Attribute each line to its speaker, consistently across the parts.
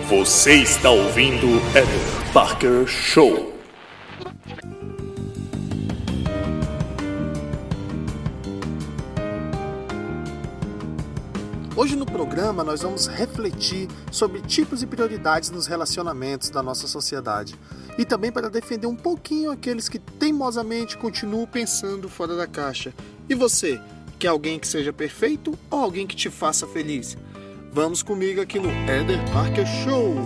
Speaker 1: Você está ouvindo Eder Parker Show.
Speaker 2: Hoje no programa nós vamos refletir sobre tipos e prioridades nos relacionamentos da nossa sociedade. E também para defender um pouquinho aqueles que teimosamente continuam pensando fora da caixa. E você, quer alguém que seja perfeito ou alguém que te faça feliz? Vamos comigo aqui no Eder Parker Show!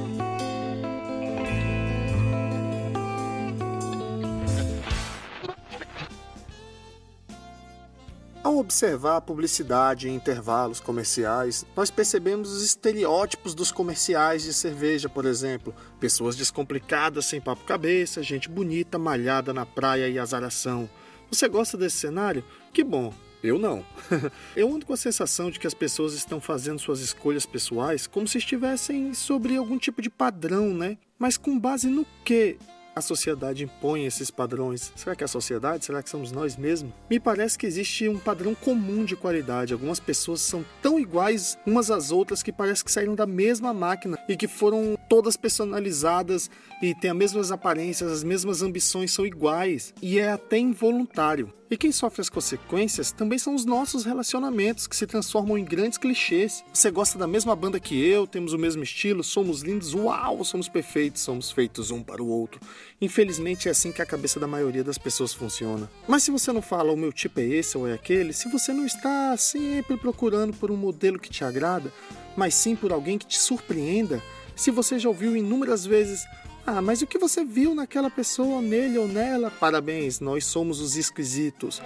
Speaker 2: Ao observar a publicidade em intervalos comerciais, nós percebemos os estereótipos dos comerciais de cerveja, por exemplo. Pessoas descomplicadas, sem papo cabeça, gente bonita, malhada na praia e azaração. Você gosta desse cenário? Que bom! Eu não. Eu ando com a sensação de que as pessoas estão fazendo suas escolhas pessoais como se estivessem sobre algum tipo de padrão, né? Mas com base no que a sociedade impõe esses padrões? Será que é a sociedade? Será que somos nós mesmos? Me parece que existe um padrão comum de qualidade. Algumas pessoas são tão iguais umas às outras que parece que saíram da mesma máquina e que foram todas personalizadas e têm as mesmas aparências, as mesmas ambições, são iguais. E é até involuntário. E quem sofre as consequências também são os nossos relacionamentos, que se transformam em grandes clichês. Você gosta da mesma banda que eu, temos o mesmo estilo, somos lindos, uau, somos perfeitos, somos feitos um para o outro. Infelizmente é assim que a cabeça da maioria das pessoas funciona. Mas se você não fala o meu tipo é esse ou é aquele, se você não está sempre procurando por um modelo que te agrada, mas sim por alguém que te surpreenda, se você já ouviu inúmeras vezes: ah, mas o que você viu naquela pessoa, nele ou nela? Parabéns, nós somos os esquisitos.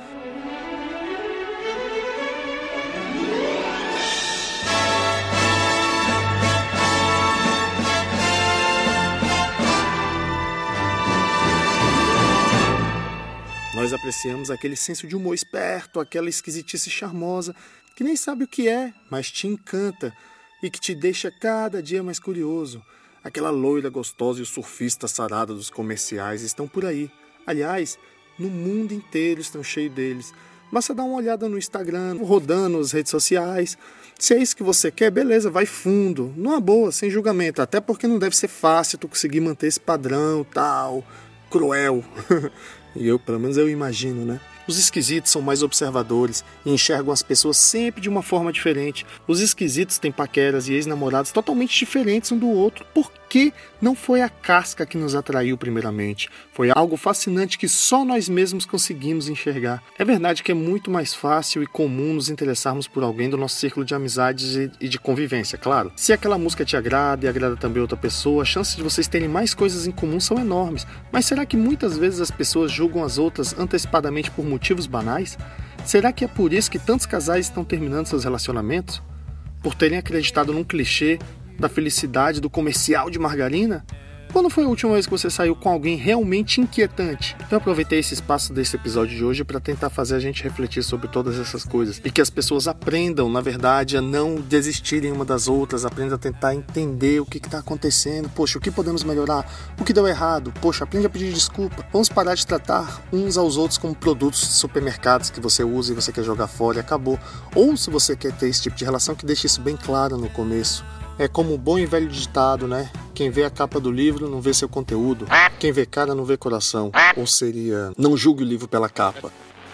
Speaker 2: Nós apreciamos aquele senso de humor esperto, aquela esquisitice charmosa, que nem sabe o que é, mas te encanta e que te deixa cada dia mais curioso. Aquela loira gostosa e o surfista sarado dos comerciais estão por aí. Aliás, no mundo inteiro estão cheios deles. Basta dar uma olhada no Instagram, rodando as redes sociais. Se é isso que você quer, beleza, vai fundo. Numa boa, sem julgamento. Até porque não deve ser fácil tu conseguir manter esse padrão tal, cruel. E pelo menos eu imagino, né? Os esquisitos são mais observadores e enxergam as pessoas sempre de uma forma diferente. Os esquisitos têm paqueras e ex-namorados totalmente diferentes um do outro. Por que não foi a casca que nos atraiu primeiramente? Foi algo fascinante que só nós mesmos conseguimos enxergar. É verdade que é muito mais fácil e comum nos interessarmos por alguém do nosso círculo de amizades e de convivência, claro. Se aquela música te agrada e agrada também outra pessoa, as chances de vocês terem mais coisas em comum são enormes. Mas será que muitas vezes as pessoas julgam as outras antecipadamente por motivos banais? Será que é por isso que tantos casais estão terminando seus relacionamentos? Por terem acreditado num clichê da felicidade do comercial de margarina? Quando foi a última vez que você saiu com alguém realmente inquietante? Então eu aproveitei esse espaço desse episódio de hoje para tentar fazer a gente refletir sobre todas essas coisas e que as pessoas aprendam, na verdade, a não desistirem uma das outras, aprendam a tentar entender o que está acontecendo. Poxa, o que podemos melhorar? O que deu errado? Poxa, aprende a pedir desculpa. Vamos parar de tratar uns aos outros como produtos de supermercados que você usa e você quer jogar fora e acabou. Ou se você quer ter esse tipo de relação, que deixe isso bem claro no começo. É como o bom e velho ditado, né? Quem vê a capa do livro não vê seu conteúdo. Quem vê cara não vê coração. Ou seria, não julgue o livro pela capa.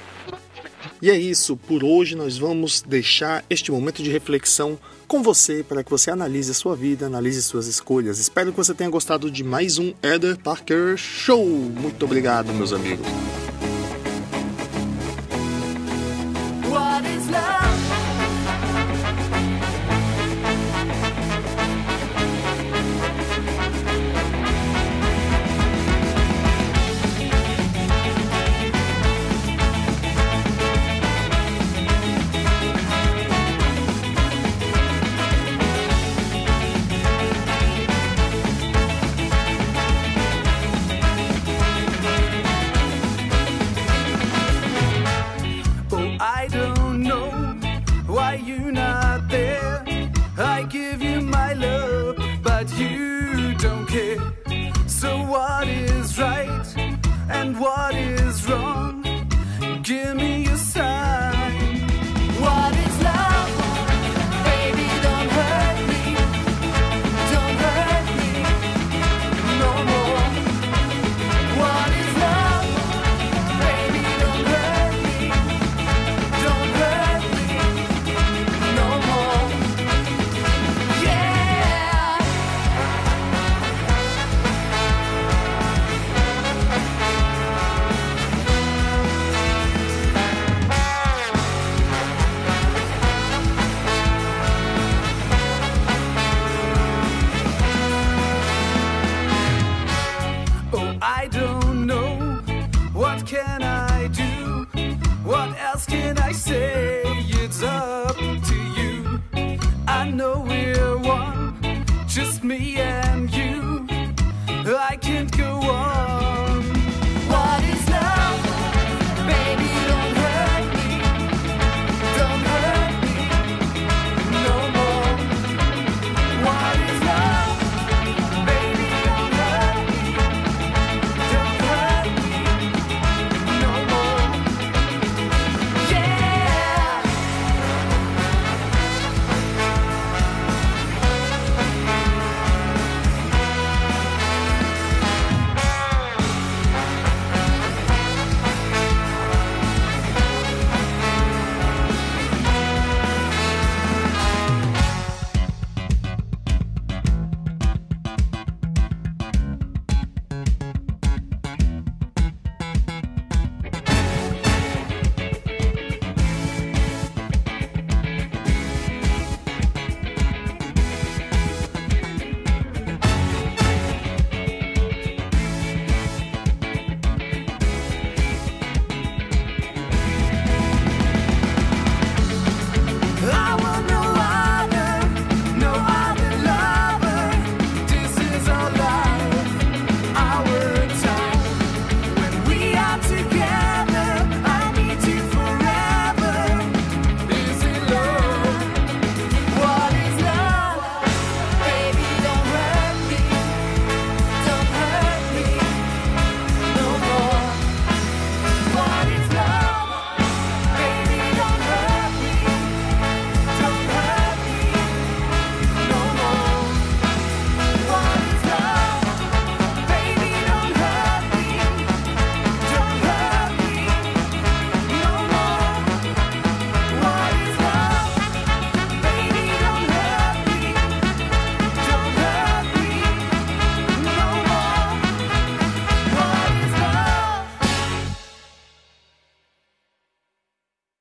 Speaker 2: E é isso, por hoje nós vamos deixar este momento de reflexão com você, para que você analise a sua vida, analise suas escolhas. Espero que você tenha gostado de mais um Eder Parker Show. Muito obrigado, meus amigos.
Speaker 3: What is love? What can I do? What else can I say?